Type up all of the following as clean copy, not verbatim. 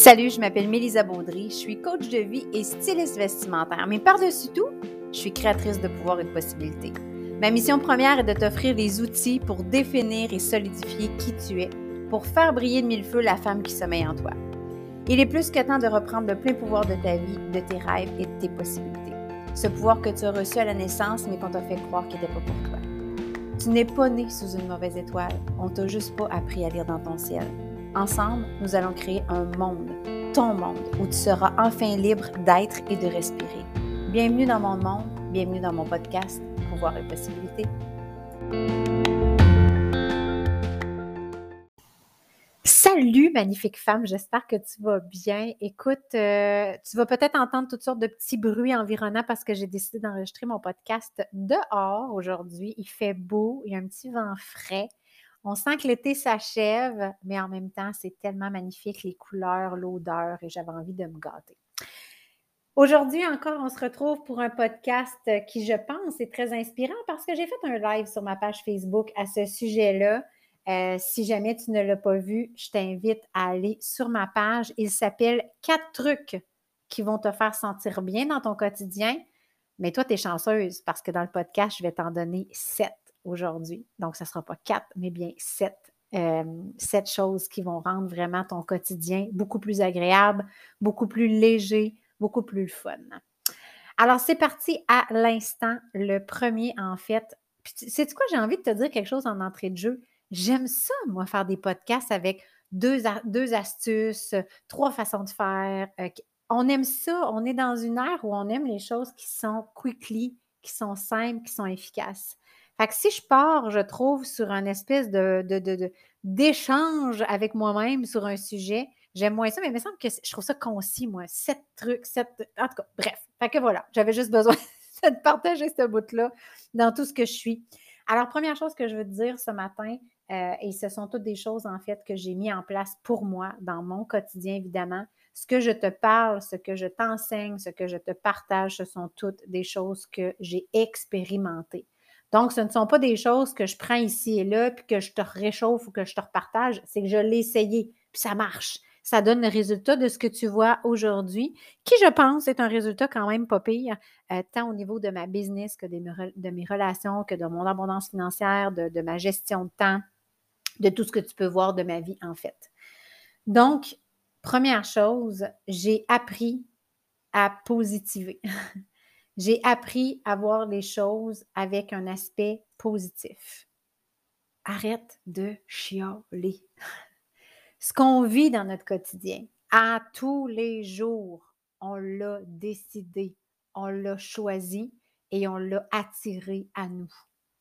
Salut, je m'appelle Mélisa Baudry, je suis coach de vie et styliste vestimentaire, mais par-dessus tout, je suis créatrice de pouvoir et de possibilités. Ma mission première est de t'offrir les outils pour définir et solidifier qui tu es, pour faire briller de mille feux la femme qui sommeille en toi. Il est plus que temps de reprendre le plein pouvoir de ta vie, de tes rêves et de tes possibilités. Ce pouvoir que tu as reçu à la naissance, mais qu'on t'a fait croire qu'il n'était pas pour toi. Tu n'es pas né sous une mauvaise étoile, on t'a juste pas appris à lire dans ton ciel. Ensemble, nous allons créer un monde, ton monde, où tu seras enfin libre d'être et de respirer. Bienvenue dans mon monde, bienvenue dans mon podcast Pouvoir et possibilités. Salut magnifique femme, j'espère que tu vas bien. Écoute, tu vas peut-être entendre toutes sortes de petits bruits environnants parce que j'ai décidé d'enregistrer mon podcast dehors aujourd'hui. Il fait beau, il y a un petit vent frais. On sent que l'été s'achève, mais en même temps, c'est tellement magnifique, les couleurs, l'odeur, et j'avais envie de me gâter. Aujourd'hui encore, on se retrouve pour un podcast qui, je pense, est très inspirant parce que j'ai fait un live sur ma page Facebook à ce sujet-là. Si jamais tu ne l'as pas vu, je t'invite à aller sur ma page. Il s'appelle « 4 trucs qui vont te faire sentir bien dans ton quotidien ». Mais toi, tu es chanceuse parce que dans le podcast, je vais t'en donner 7 aujourd'hui. Donc, ce ne sera pas 4, mais bien 7. 7 choses qui vont rendre vraiment ton quotidien beaucoup plus agréable, beaucoup plus léger, beaucoup plus fun. Alors, c'est parti à l'instant. Le premier, en fait. Puis, sais-tu quoi? J'ai envie de te dire quelque chose en entrée de jeu. J'aime ça, moi, faire des podcasts avec deux astuces, 3 façons de faire. On aime ça. On est dans une ère où on aime les choses qui sont quickly, qui sont simples, qui sont efficaces. Fait que si je pars, je trouve, sur une espèce d'échange avec moi-même sur un sujet, j'aime moins ça, mais il me semble que je trouve ça concis, moi. 7 trucs, 7... En tout cas, bref. Fait que voilà, j'avais juste besoin de partager ce bout-là dans tout ce que je suis. Alors, première chose que je veux te dire ce matin, et ce sont toutes des choses, en fait, que j'ai mis en place pour moi, dans mon quotidien, évidemment. Ce que je te parle, ce que je t'enseigne, ce que je te partage, ce sont toutes des choses que j'ai expérimentées. Donc, ce ne sont pas des choses que je prends ici et là, puis que je te réchauffe ou que je te repartage. C'est que je l'ai essayé, puis ça marche. Ça donne le résultat de ce que tu vois aujourd'hui, qui, je pense, est un résultat quand même pas pire, tant au niveau de ma business que de mes relations, que de mon abondance financière, de ma gestion de temps, de tout ce que tu peux voir de ma vie, en fait. Donc, première chose, j'ai appris à positiver. J'ai appris à voir les choses avec un aspect positif. Arrête de chialer. Ce qu'on vit dans notre quotidien, à tous les jours, on l'a décidé, on l'a choisi et on l'a attiré à nous.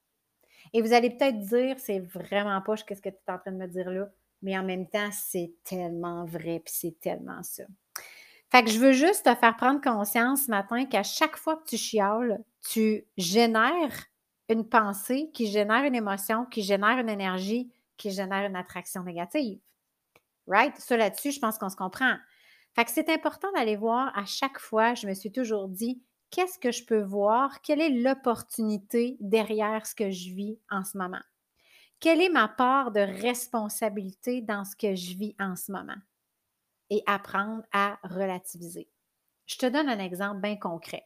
Et vous allez peut-être dire, c'est vraiment pas ce que tu es en train de me dire là, mais en même temps, c'est tellement vrai puis c'est tellement ça. Fait que je veux juste te faire prendre conscience ce matin qu'à chaque fois que tu chiales, tu génères une pensée qui génère une émotion, qui génère une énergie, qui génère une attraction négative. Right? Ça là-dessus, je pense qu'on se comprend. Fait que c'est important d'aller voir à chaque fois, je me suis toujours dit, qu'est-ce que je peux voir? Quelle est l'opportunité derrière ce que je vis en ce moment? Quelle est ma part de responsabilité dans ce que je vis en ce moment? Et apprendre à relativiser. Je te donne un exemple bien concret.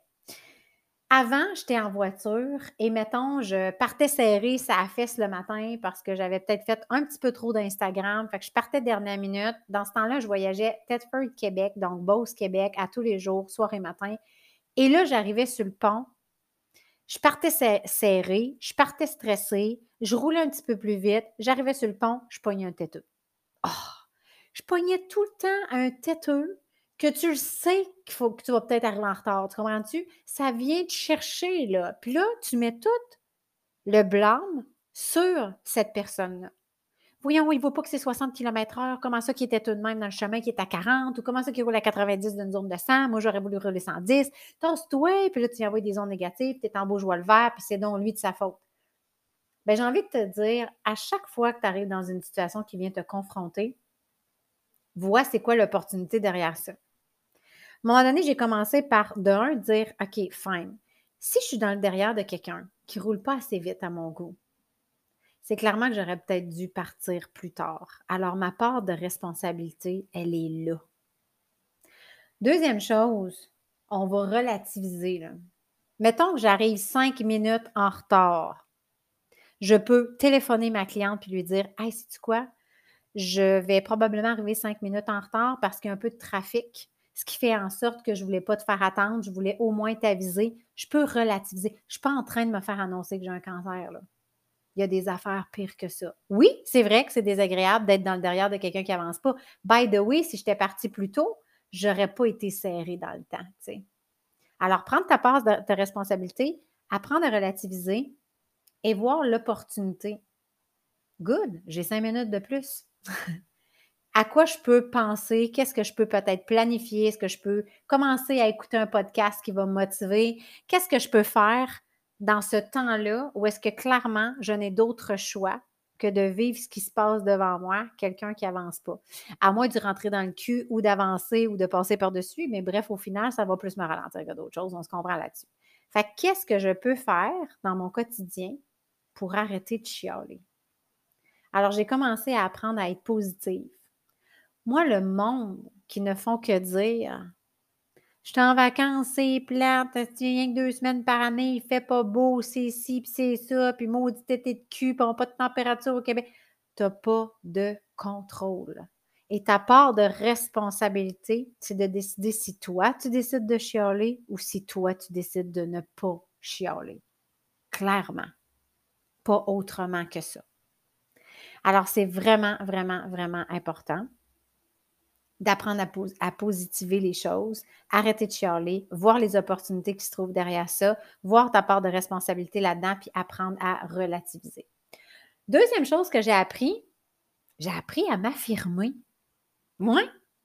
Avant, j'étais en voiture et mettons, je partais serrée sa fesse le matin parce que j'avais peut-être fait un petit peu trop d'Instagram. Fait que je partais dernière minute. Dans ce temps-là, je voyageais Thetford, Québec, donc Beauce, Québec, à tous les jours, soir et matin. Et là, j'arrivais sur le pont. Je partais serrée, je partais stressée, je roulais un petit peu plus vite. J'arrivais sur le pont, je pognais un têteux. Oh! Je pognais tout le temps un têteux que tu le sais qu'il faut que tu vas peut-être arriver en retard. Tu comprends-tu? Ça vient te chercher, là. Puis là, tu mets tout le blâme sur cette personne-là. Voyons, il ne vaut pas que c'est 60 km/h. Comment ça qu'il était tout de même dans le chemin qui est à 40? Ou comment ça qu'il roule à 90 d'une zone de 100? Moi, j'aurais voulu rouler 110. Tasse-toi, puis là, tu envoies des ondes négatives, tu es en beau joie le vert, puis c'est donc lui de sa faute. Bien, j'ai envie de te dire, à chaque fois que tu arrives dans une situation qui vient te confronter, vois c'est quoi l'opportunité derrière ça. À un moment donné, j'ai commencé par, dire, OK, fine. Si je suis dans le derrière de quelqu'un qui ne roule pas assez vite à mon goût, c'est clairement que j'aurais peut-être dû partir plus tard. Alors, ma part de responsabilité, elle est là. Deuxième chose, on va relativiser, là. Mettons que j'arrive 5 minutes en retard. Je peux téléphoner ma cliente puis lui dire: «Hey, sais-tu quoi? Je vais probablement arriver 5 minutes en retard parce qu'il y a un peu de trafic, ce qui fait en sorte que je voulais pas te faire attendre, je voulais au moins t'aviser». Je peux relativiser. Je suis pas en train de me faire annoncer que j'ai un cancer, là. Il y a des affaires pires que ça. Oui, c'est vrai que c'est désagréable d'être dans le derrière de quelqu'un qui avance pas. By the way, si j'étais partie plus tôt, j'aurais pas été serrée dans le temps, tu sais. Alors, prendre ta part de responsabilité, apprendre à relativiser et voir l'opportunité. Good, j'ai 5 minutes de plus. À quoi je peux penser? Qu'est-ce que je peux peut-être planifier? Est-ce que je peux commencer à écouter un podcast qui va me motiver? Qu'est-ce que je peux faire dans ce temps-là où est-ce que clairement je n'ai d'autre choix que de vivre ce qui se passe devant moi, quelqu'un qui avance pas? À moins de rentrer dans le cul ou d'avancer ou de passer par-dessus, mais bref, au final, ça va plus me ralentir que d'autres choses. On se comprend là-dessus. Fait que qu'est-ce que je peux faire dans mon quotidien pour arrêter de chialer? Alors, j'ai commencé à apprendre à être positive. Moi, le monde qui ne font que dire: «Je suis en vacances, c'est plate, tu rien que 2 semaines par année, il fait pas beau, c'est ci, puis c'est ça, puis maudit été de cul, puis on a pas de température au Québec». Tu as pas de contrôle et ta part de responsabilité, c'est de décider si toi, tu décides de chialer ou si toi, tu décides de ne pas chialer. Clairement, pas autrement que ça. Alors, c'est vraiment, vraiment, vraiment important d'apprendre à positiver les choses, arrêter de chialer, voir les opportunités qui se trouvent derrière ça, voir ta part de responsabilité là-dedans, puis apprendre à relativiser. Deuxième chose que j'ai appris à m'affirmer. Moi,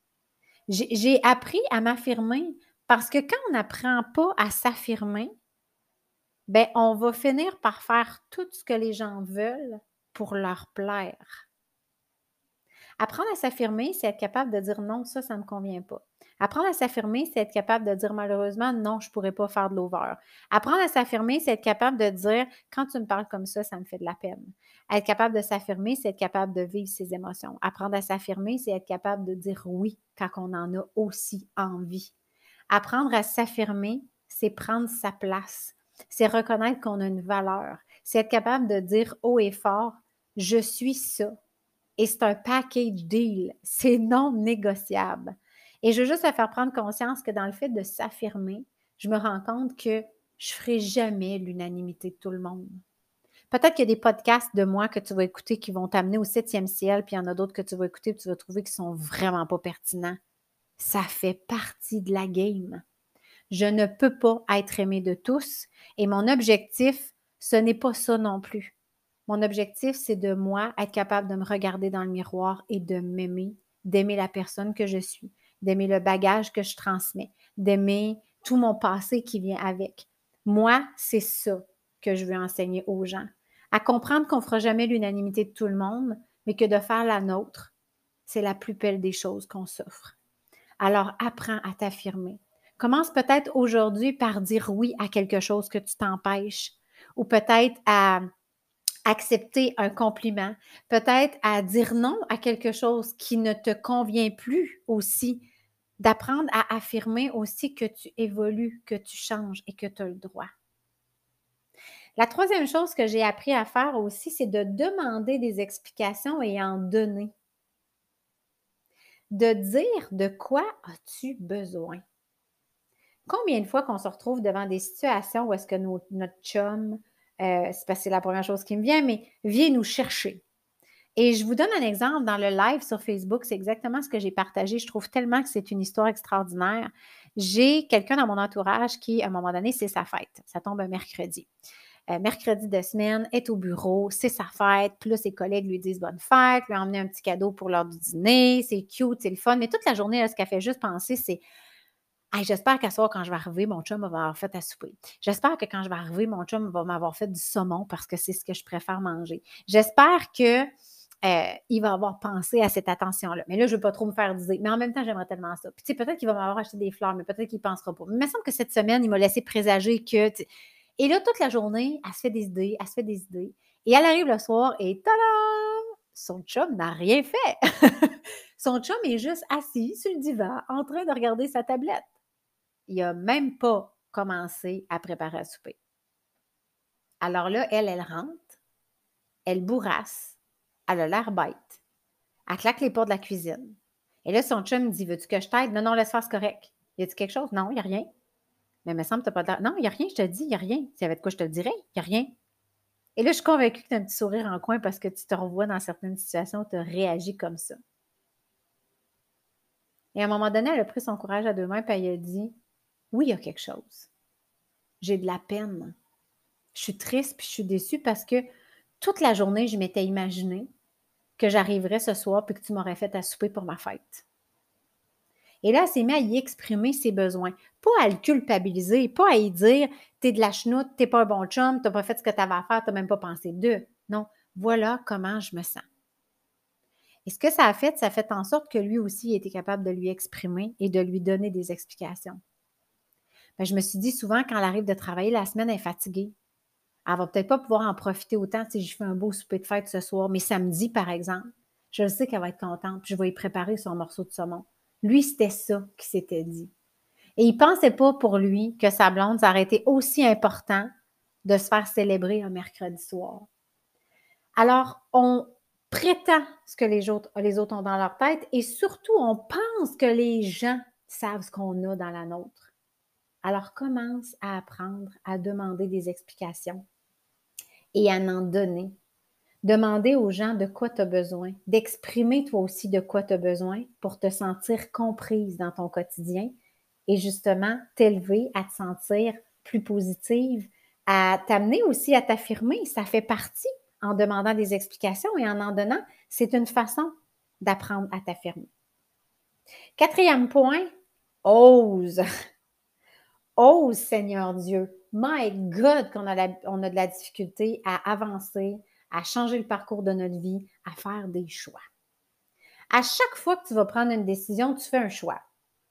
j'ai appris à m'affirmer parce que quand on n'apprend pas à s'affirmer, ben on va finir par faire tout ce que les gens veulent pour leur plaire. Apprendre à s'affirmer, c'est être capable de dire: «Non, ça ne me convient pas». Apprendre à s'affirmer, c'est être capable de dire: «Malheureusement, non, je ne pourrais pas faire de l'over». Apprendre à s'affirmer, c'est être capable de dire: «Quand tu me parles comme ça me fait de la peine». Être capable de s'affirmer, c'est être capable de vivre ses émotions. Apprendre à s'affirmer, c'est être capable de dire oui quand on en a aussi envie. Apprendre à s'affirmer, c'est prendre sa place. C'est reconnaître qu'on a une valeur. C'est être capable de dire haut et fort: «Je suis ça». Et c'est un package deal, c'est non négociable. Et je veux juste te faire prendre conscience que dans le fait de s'affirmer, je me rends compte que je ne ferai jamais l'unanimité de tout le monde. Peut-être qu'il y a des podcasts de moi que tu vas écouter qui vont t'amener au 7e ciel, puis il y en a d'autres que tu vas écouter et tu vas trouver qu'ils sont vraiment pas pertinents. Ça fait partie de la game. Je ne peux pas être aimée de tous et mon objectif, ce n'est pas ça non plus. Mon objectif, c'est de moi être capable de me regarder dans le miroir et de m'aimer, d'aimer la personne que je suis, d'aimer le bagage que je transmets, d'aimer tout mon passé qui vient avec. Moi, c'est ça que je veux enseigner aux gens. À comprendre qu'on ne fera jamais l'unanimité de tout le monde, mais que de faire la nôtre, c'est la plus belle des choses qu'on s'offre. Alors, apprends à t'affirmer. Commence peut-être aujourd'hui par dire oui à quelque chose que tu t'empêches ou peut-être à accepter un compliment, peut-être à dire non à quelque chose qui ne te convient plus aussi, d'apprendre à affirmer aussi que tu évolues, que tu changes et que tu as le droit. La troisième chose que j'ai appris à faire aussi, c'est de demander des explications et en donner. De dire de quoi as-tu besoin? Combien de fois qu'on se retrouve devant des situations où est-ce que notre chum, c'est parce que c'est la première chose qui me vient, mais vient nous chercher. Et je vous donne un exemple dans le live sur Facebook, c'est exactement ce que j'ai partagé. Je trouve tellement que c'est une histoire extraordinaire. J'ai quelqu'un dans mon entourage qui, à un moment donné, c'est sa fête. Ça tombe un mercredi. Mercredi de semaine, est au bureau, c'est sa fête. Puis là, ses collègues lui disent bonne fête, lui ont emmené un petit cadeau pour l'heure du dîner. C'est cute, c'est le fun. Mais toute la journée, là, ce qu'elle fait juste penser, c'est: hey, j'espère qu'à soir, quand je vais arriver, mon chum va m'avoir fait à souper. J'espère que quand je vais arriver, mon chum va m'avoir fait du saumon parce que c'est ce que je préfère manger. J'espère que il va avoir pensé à cette attention-là. Mais là, je ne veux pas trop me faire dire. Mais en même temps, j'aimerais tellement ça. Puis, tu sais, peut-être qu'il va m'avoir acheté des fleurs, mais peut-être qu'il ne pensera pas. Mais il me semble que cette semaine, il m'a laissé présager que. Et là, toute la journée, elle se fait des idées, elle se fait des idées. Et elle arrive le soir et tada! Son chum n'a rien fait. Son chum est juste assis sur le divan en train de regarder sa tablette. Il n'a même pas commencé à préparer à souper. Alors là, elle rentre, elle bourrasse, elle a l'air bête, elle claque les portes de la cuisine. Et là, son chum me dit: Veux-tu que je t'aide? Non, non, laisse faire, c'est correct. Y a-tu quelque chose? Non, il n'y a rien. Mais il me semble que tu n'as pas de. Non, il n'y a rien, je te dis, il n'y a rien. S'il y avait de quoi, je te le dirais, il n'y a rien. Et là, je suis convaincue que tu as un petit sourire en coin parce que tu te revois dans certaines situations où tu as réagi comme ça. Et à un moment donné, elle a pris son courage à deux mains et elle a dit: Oui, il y a quelque chose. J'ai de la peine. Je suis triste puis je suis déçue parce que toute la journée, je m'étais imaginé que j'arriverais ce soir puis que tu m'aurais fait à souper pour ma fête. Et là, elle s'est mise à y exprimer ses besoins. Pas à le culpabiliser, pas à y dire « T'es de la chenoute, t'es pas un bon chum, t'as pas fait ce que t'avais à faire, t'as même pas pensé d'eux. » Non, voilà comment je me sens. Et ce que ça a fait en sorte que lui aussi était capable de lui exprimer et de lui donner des explications. Bien, je me suis dit souvent, quand elle arrive de travailler, la semaine, elle est fatiguée. Elle va peut-être pas pouvoir en profiter autant si je fais un beau souper de fête ce soir, mais samedi, par exemple, je sais qu'elle va être contente, puis je vais y préparer son morceau de saumon. Lui, c'était ça qu'il s'était dit. Et il ne pensait pas pour lui que sa blonde, ça aurait été aussi important de se faire célébrer un mercredi soir. Alors, on prétend ce que les autres ont dans leur tête et surtout, on pense que les gens savent ce qu'on a dans la nôtre. Alors, commence à apprendre à demander des explications et à en donner. Demander aux gens de quoi tu as besoin, d'exprimer toi aussi de quoi tu as besoin pour te sentir comprise dans ton quotidien et justement t'élever à te sentir plus positive, à t'amener aussi à t'affirmer. Ça fait partie en demandant des explications et en donnant. C'est une façon d'apprendre à t'affirmer. Quatrième point, ose. Ose, Seigneur Dieu. My God, on a de la difficulté à avancer, à changer le parcours de notre vie, à faire des choix. À chaque fois que tu vas prendre une décision, tu fais un choix.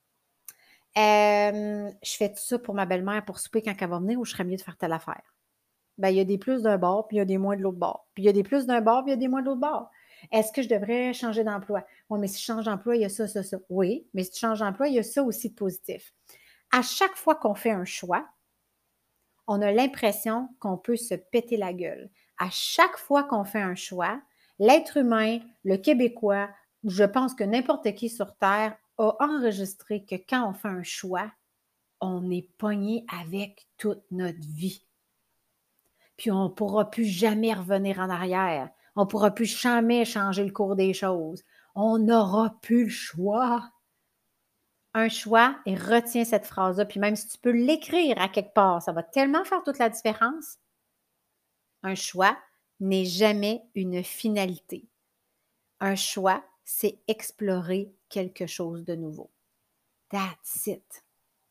Je fais tout ça pour ma belle-mère pour souper quand elle va venir ou je serais mieux de faire telle affaire? Ben, il y a des plus d'un bord, puis il y a des moins de l'autre bord. Puis il y a des plus d'un bord, puis il y a des moins de l'autre bord. Est-ce que je devrais changer d'emploi? Oui, mais si je change d'emploi, il y a ça, ça, ça. Oui, mais si tu changes d'emploi, il y a ça aussi de positif. À chaque fois qu'on fait un choix, on a l'impression qu'on peut se péter la gueule. À chaque fois qu'on fait un choix, l'être humain, le Québécois, je pense que n'importe qui sur Terre a enregistré que quand on fait un choix, on est pogné avec toute notre vie. Puis on ne pourra plus jamais revenir en arrière. On ne pourra plus jamais changer le cours des choses. On n'aura plus le choix. Un choix, et retiens cette phrase-là, puis même si tu peux l'écrire à quelque part, ça va tellement faire toute la différence. Un choix n'est jamais une finalité. Un choix, c'est explorer quelque chose de nouveau. That's it.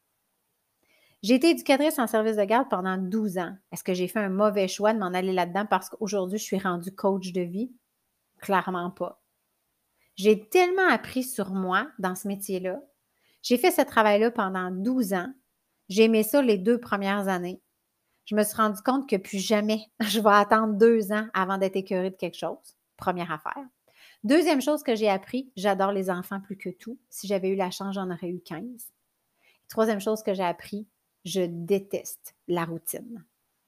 J'ai été éducatrice en service de garde pendant 12 ans. Est-ce que j'ai fait un mauvais choix de m'en aller là-dedans parce qu'aujourd'hui, je suis rendue coach de vie? Clairement pas. J'ai tellement appris sur moi dans ce métier-là. J'ai fait ce travail-là pendant 12 ans. J'ai aimé ça les 2 premières années. Je me suis rendu compte que plus jamais je vais attendre 2 ans avant d'être écœurée de quelque chose. Première affaire. Deuxième chose que j'ai appris, j'adore les enfants plus que tout. Si j'avais eu la chance, j'en aurais eu 15. Troisième chose que j'ai appris, je déteste la routine.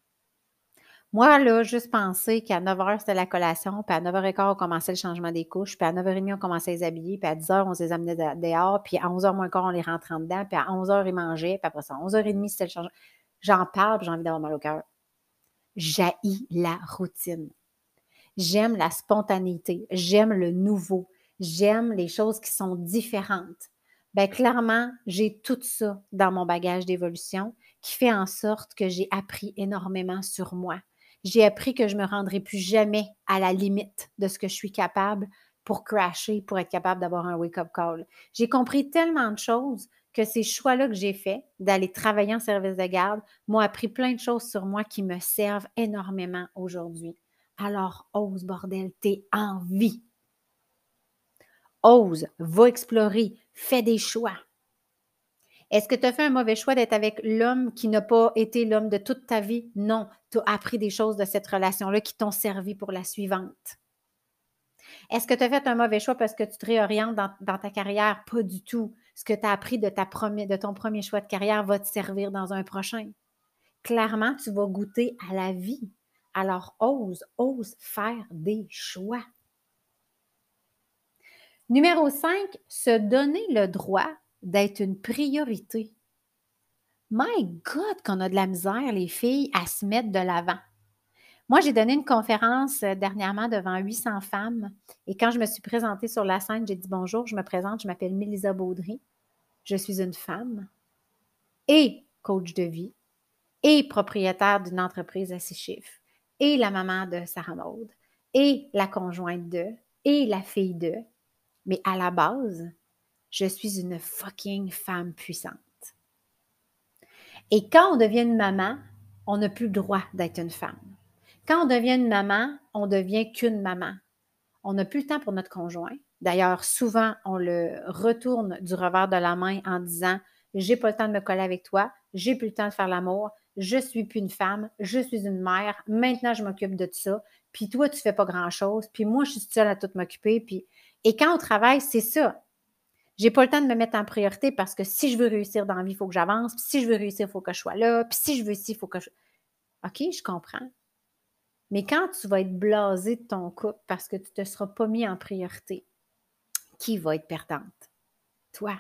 Moi, là, juste penser qu'à 9h, c'était la collation, puis à 9h15, on commençait le changement des couches, puis à 9h30, on commençait à les habiller, puis à 10h, on les amenait dehors, puis à 11h moins quart, on les rentrait en dedans, puis à 11h, ils mangeaient, puis après ça, à 11h30, c'était le changement. J'en parle, puis j'ai envie d'avoir mal au cœur. J'haïs la routine. J'aime la spontanéité, j'aime le nouveau, j'aime les choses qui sont différentes. Bien, clairement, j'ai tout ça dans mon bagage d'évolution qui fait en sorte que j'ai appris énormément sur moi. J'ai appris que je ne me rendrai plus jamais à la limite de ce que je suis capable pour crasher, pour être capable d'avoir un wake-up call. J'ai compris tellement de choses que ces choix-là que j'ai faits, d'aller travailler en service de garde, m'ont appris plein de choses sur moi qui me servent énormément aujourd'hui. Alors, ose, bordel, t'es en vie. Ose, va explorer, fais des choix. Est-ce que tu as fait un mauvais choix d'être avec l'homme qui n'a pas été l'homme de toute ta vie? Non, tu as appris des choses de cette relation-là qui t'ont servi pour la suivante. Est-ce que tu as fait un mauvais choix parce que tu te réorientes dans ta carrière? Pas du tout. Ce que tu as appris de ton premier choix de carrière va te servir dans un prochain. Clairement, tu vas goûter à la vie. Alors, ose faire des choix. Numéro 5, se donner le droit d'être une priorité. My God, qu'on a de la misère, les filles, à se mettre de l'avant. Moi, j'ai donné une conférence dernièrement devant 800 femmes et quand je me suis présentée sur la scène, j'ai dit bonjour, je me présente, je m'appelle Mélisa Baudry, je suis une femme et coach de vie et propriétaire d'une entreprise à 6 chiffres et la maman de Sarah Maud et la conjointe de et la fille de. Mais à la base, je suis une fucking femme puissante. Et quand on devient une maman, on n'a plus le droit d'être une femme. Quand on devient une maman, on devient qu'une maman. On n'a plus le temps pour notre conjoint. D'ailleurs, souvent, on le retourne du revers de la main en disant « J'ai pas le temps de me coller avec toi, j'ai plus le temps de faire l'amour, je suis plus une femme, je suis une mère, maintenant je m'occupe de ça, puis toi, tu fais pas grand-chose, puis moi, je suis seule à tout m'occuper. » Et quand on travaille, c'est ça. J'ai pas le temps de me mettre en priorité parce que si je veux réussir dans la vie, il faut que j'avance. Puis si je veux réussir, il faut que je sois là. Puis si je veux ci, il faut que je... OK, je comprends. Mais quand tu vas être blasé de ton couple parce que tu ne te seras pas mis en priorité, qui va être perdante? Toi.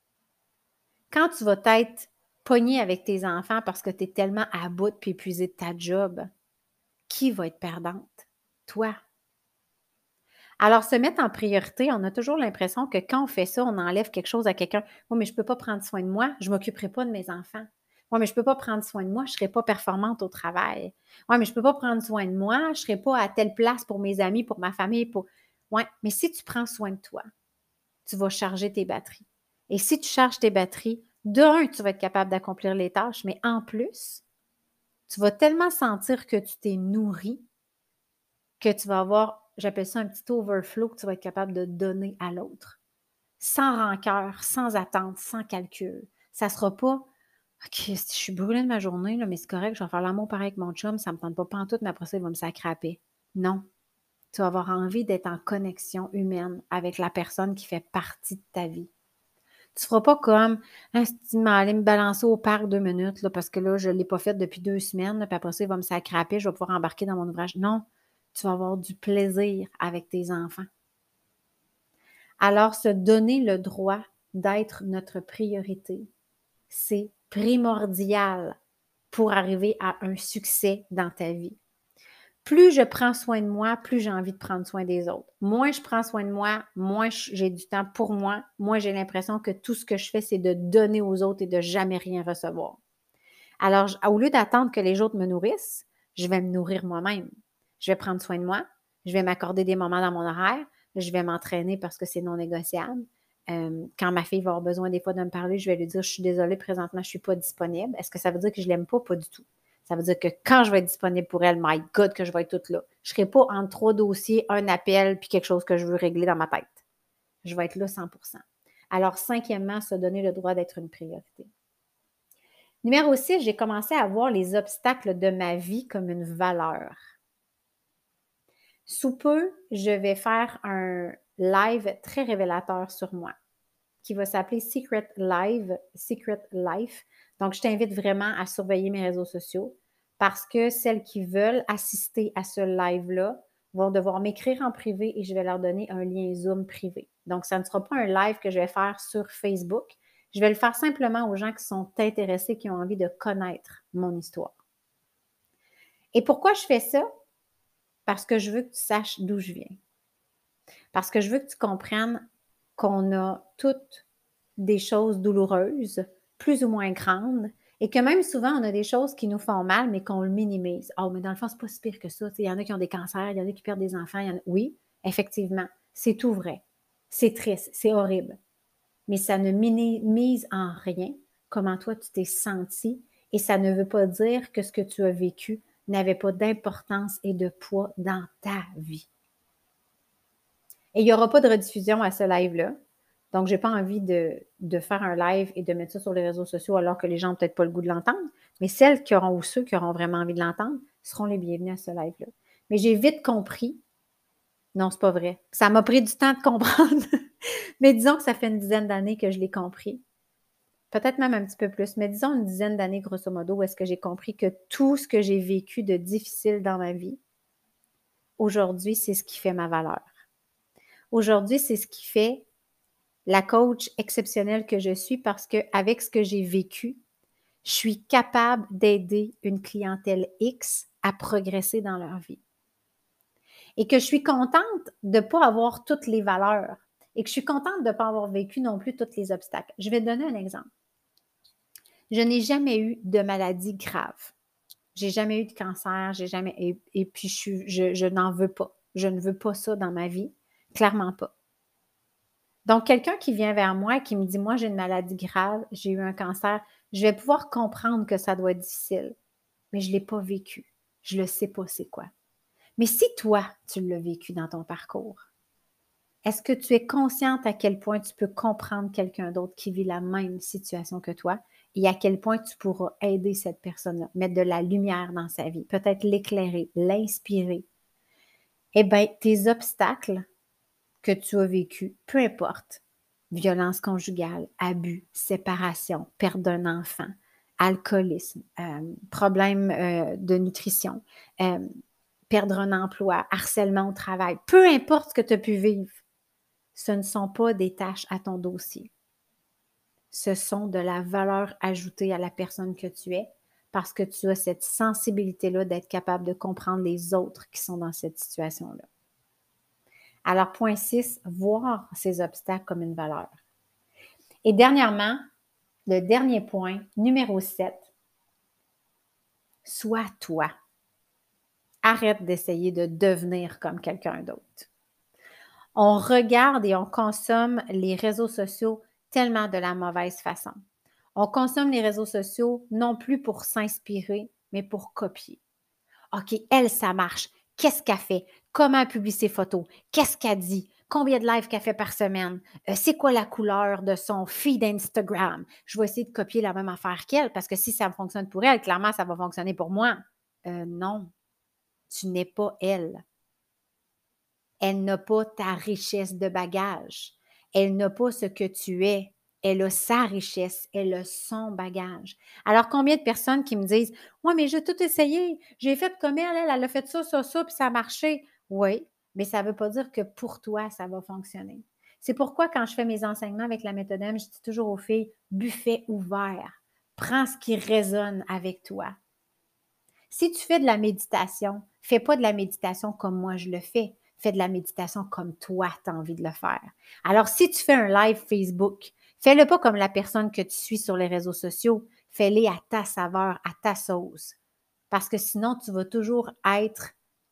Quand tu vas t'être pogné avec tes enfants parce que tu es tellement à bout puis épuisé de ta job, qui va être perdante? Toi. Alors, se mettre en priorité, on a toujours l'impression que quand on fait ça, on enlève quelque chose à quelqu'un. Oui, mais je ne peux pas prendre soin de moi, je ne m'occuperai pas de mes enfants. Oui, mais je ne peux pas prendre soin de moi, je ne serai pas performante au travail. Oui, mais je ne peux pas prendre soin de moi, je ne serai pas à telle place pour mes amis, pour ma famille. Oui, mais si tu prends soin de toi, tu vas charger tes batteries. Et si tu charges tes batteries, tu vas être capable d'accomplir les tâches, mais en plus, tu vas tellement sentir que tu t'es nourri que tu vas avoir, j'appelle ça un petit overflow que tu vas être capable de donner à l'autre. Sans rancœur, sans attente, sans calcul. Ça ne sera pas OK, je suis brûlée de ma journée, là, mais c'est correct, je vais faire l'amour pareil avec mon chum, ça ne me tente pas pantoute, mais après ça, il va me sacraper. Non. Tu vas avoir envie d'être en connexion humaine avec la personne qui fait partie de ta vie. Tu ne feras pas comme hein, si tu m'allais me balancer au parc 2 minutes là, parce que là, je ne l'ai pas fait depuis 2 semaines, là, puis après ça, il va me sacraper, je vais pouvoir embarquer dans mon ouvrage. Non, tu vas avoir du plaisir avec tes enfants. Alors, se donner le droit d'être notre priorité, c'est primordial pour arriver à un succès dans ta vie. Plus je prends soin de moi, plus j'ai envie de prendre soin des autres. Moins je prends soin de moi, moins j'ai du temps pour moi, moins j'ai l'impression que tout ce que je fais, c'est de donner aux autres et de jamais rien recevoir. Alors, au lieu d'attendre que les autres me nourrissent, je vais me nourrir moi-même. Je vais prendre soin de moi, je vais m'accorder des moments dans mon horaire, je vais m'entraîner parce que c'est non négociable. Quand ma fille va avoir besoin des fois de me parler, je vais lui dire, je suis désolée, présentement, je ne suis pas disponible. Est-ce que ça veut dire que je ne l'aime pas? Pas du tout. Ça veut dire que quand je vais être disponible pour elle, my God, que je vais être toute là. Je ne serai pas entre 3 dossiers, un appel, puis quelque chose que je veux régler dans ma tête. Je vais être là 100%. Alors, cinquièmement, se donner le droit d'être une priorité. Numéro 6, j'ai commencé à voir les obstacles de ma vie comme une valeur. Sous peu, je vais faire un live très révélateur sur moi qui va s'appeler Secret Life. Donc, je t'invite vraiment à surveiller mes réseaux sociaux parce que celles qui veulent assister à ce live-là vont devoir m'écrire en privé et je vais leur donner un lien Zoom privé. Donc, ça ne sera pas un live que je vais faire sur Facebook. Je vais le faire simplement aux gens qui sont intéressés, qui ont envie de connaître mon histoire. Et pourquoi je fais ça? Parce que je veux que tu saches d'où je viens. Parce que je veux que tu comprennes qu'on a toutes des choses douloureuses, plus ou moins grandes, et que même souvent, on a des choses qui nous font mal, mais qu'on le minimise. Oh, mais dans le fond, c'est pas si pire que ça. Il y en a qui ont des cancers, il y en a qui perdent des enfants. Oui, effectivement, c'est tout vrai. C'est triste, c'est horrible. Mais ça ne minimise en rien comment toi, tu t'es senti, et ça ne veut pas dire que ce que tu as vécu n'avait pas d'importance et de poids dans ta vie. Et il n'y aura pas de rediffusion à ce live-là. Donc, je n'ai pas envie de faire un live et de mettre ça sur les réseaux sociaux alors que les gens n'ont peut-être pas le goût de l'entendre. Mais celles qui auront ou ceux qui auront vraiment envie de l'entendre seront les bienvenus à ce live-là. Mais j'ai vite compris Non, c'est pas vrai. Ça m'a pris du temps de comprendre, mais disons que ça fait une dizaine d'années que je l'ai compris. Peut-être même un petit peu plus, mais disons une dizaine d'années grosso modo où est-ce que j'ai compris que tout ce que j'ai vécu de difficile dans ma vie, aujourd'hui, c'est ce qui fait ma valeur. Aujourd'hui, c'est ce qui fait la coach exceptionnelle que je suis parce qu'avec ce que j'ai vécu, je suis capable d'aider une clientèle X à progresser dans leur vie. Et que je suis contente de ne pas avoir toutes les valeurs et que je suis contente de ne pas avoir vécu non plus tous les obstacles. Je vais te donner un exemple. Je n'ai jamais eu de maladie grave. J'ai jamais eu de cancer, j'ai jamais et puis je n'en veux pas. Je ne veux pas ça dans ma vie, clairement pas. Donc, quelqu'un qui vient vers moi et qui me dit: «Moi, j'ai une maladie grave, j'ai eu un cancer», je vais pouvoir comprendre que ça doit être difficile, mais je ne l'ai pas vécu. Je ne sais pas c'est quoi. Mais si toi, tu l'as vécu dans ton parcours, est-ce que tu es consciente à quel point tu peux comprendre quelqu'un d'autre qui vit la même situation que toi et à quel point tu pourras aider cette personne-là, mettre de la lumière dans sa vie, peut-être l'éclairer, l'inspirer? Eh bien, tes obstacles que tu as vécus, peu importe, violence conjugale, abus, séparation, perte d'un enfant, alcoolisme, problème de nutrition, euh, perdre un emploi, harcèlement au travail, peu importe ce que tu as pu vivre, ce ne sont pas des tâches à ton dossier. Ce sont de la valeur ajoutée à la personne que tu es parce que tu as cette sensibilité-là d'être capable de comprendre les autres qui sont dans cette situation-là. Alors, point 6, voir ces obstacles comme une valeur. Et dernièrement, le dernier point, numéro 7, sois toi. Arrête d'essayer de devenir comme quelqu'un d'autre. On regarde et on consomme les réseaux sociaux tellement de la mauvaise façon. On consomme les réseaux sociaux non plus pour s'inspirer, mais pour copier. OK, elle, ça marche. Qu'est-ce qu'elle fait? Comment elle publie ses photos? Qu'est-ce qu'elle dit? Combien de lives qu'elle fait par semaine? C'est quoi la couleur de son feed Instagram? Je vais essayer de copier la même affaire qu'elle parce que si ça fonctionne pour elle, clairement, ça va fonctionner pour moi. Non, tu n'es pas elle. Elle n'a pas ta richesse de bagage. Elle n'a pas ce que tu es. Elle a sa richesse, elle a son bagage. Alors, combien de personnes qui me disent: «Ouais, mais j'ai tout essayé. J'ai fait comme elle a fait ça, puis ça a marché». Oui, mais ça ne veut pas dire que pour toi, ça va fonctionner. C'est pourquoi quand je fais mes enseignements avec la méthode M, je dis toujours aux filles: «Buffet ouvert. Prends ce qui résonne avec toi». Si tu fais de la méditation, fais pas de la méditation comme moi je le fais. Fais de la méditation comme toi, tu as envie de le faire. Alors, si tu fais un live Facebook, fais-le pas comme la personne que tu suis sur les réseaux sociaux. Fais-le à ta saveur, à ta sauce. Parce que sinon, tu vas toujours être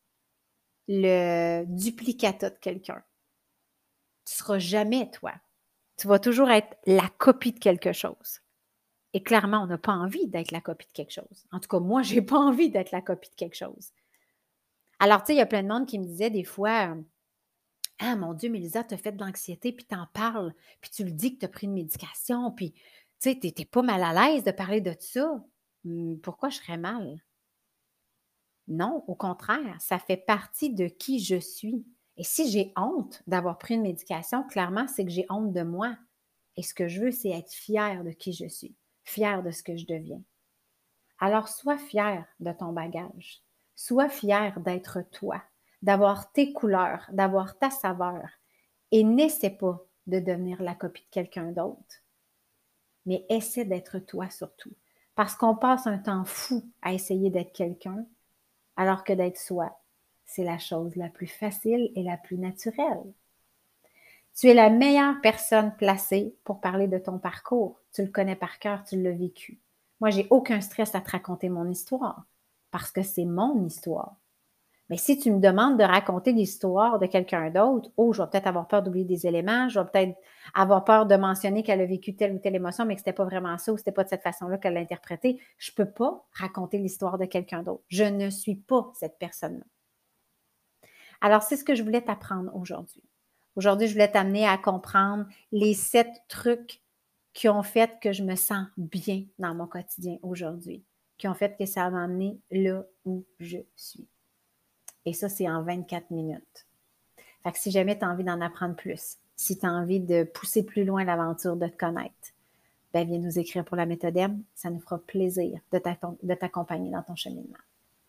le duplicata de quelqu'un. Tu ne seras jamais toi. Tu vas toujours être la copie de quelque chose. Et clairement, on n'a pas envie d'être la copie de quelque chose. En tout cas, moi, je n'ai pas envie d'être la copie de quelque chose. Alors, tu sais, il y a plein de monde qui me disait des fois: «Ah mon Dieu, Mélisa, tu as fait de l'anxiété, puis tu en parles, puis tu le dis que tu as pris une médication, puis tu sais, tu pas mal à l'aise de parler de ça». Pourquoi je serais mal? Non, au contraire, ça fait partie de qui je suis. Et si j'ai honte d'avoir pris une médication, clairement, c'est que j'ai honte de moi. Et ce que je veux, c'est être fière de qui je suis, fière de ce que je deviens. Alors, sois fier de ton bagage. Sois fier d'être toi, d'avoir tes couleurs, d'avoir ta saveur. Et n'essaie pas de devenir la copie de quelqu'un d'autre, mais essaie d'être toi surtout. Parce qu'on passe un temps fou à essayer d'être quelqu'un, alors que d'être soi, c'est la chose la plus facile et la plus naturelle. Tu es la meilleure personne placée pour parler de ton parcours. Tu le connais par cœur, tu l'as vécu. Moi, j'ai aucun stress à te raconter mon histoire parce que c'est mon histoire. Mais si tu me demandes de raconter l'histoire de quelqu'un d'autre, oh, je vais peut-être avoir peur d'oublier des éléments, je vais peut-être avoir peur de mentionner qu'elle a vécu telle ou telle émotion, mais que c'était pas vraiment ça ou c'était pas de cette façon-là qu'elle l'a interprété. Je peux pas raconter l'histoire de quelqu'un d'autre. Je ne suis pas cette personne-là. Alors, c'est ce que je voulais t'apprendre aujourd'hui. Aujourd'hui, je voulais t'amener à comprendre les 7 trucs qui ont fait que je me sens bien dans mon quotidien aujourd'hui, qui ont fait que ça m'a amené là où je suis. Et ça, c'est en 24 minutes. Fait que si jamais tu as envie d'en apprendre plus, si tu as envie de pousser plus loin l'aventure de te connaître, ben viens nous écrire pour la méthode M. Ça nous fera plaisir de t'accompagner dans ton cheminement.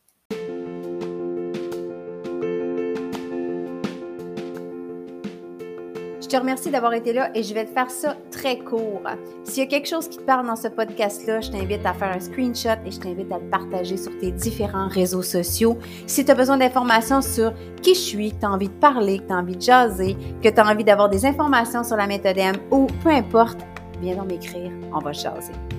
Je te remercie d'avoir été là et je vais te faire ça très court. S'il y a quelque chose qui te parle dans ce podcast-là, je t'invite à faire un screenshot et je t'invite à le partager sur tes différents réseaux sociaux. Si tu as besoin d'informations sur qui je suis, que tu as envie de parler, que tu as envie de jaser, que tu as envie d'avoir des informations sur la méthode M ou peu importe, viens donc m'écrire, on va jaser.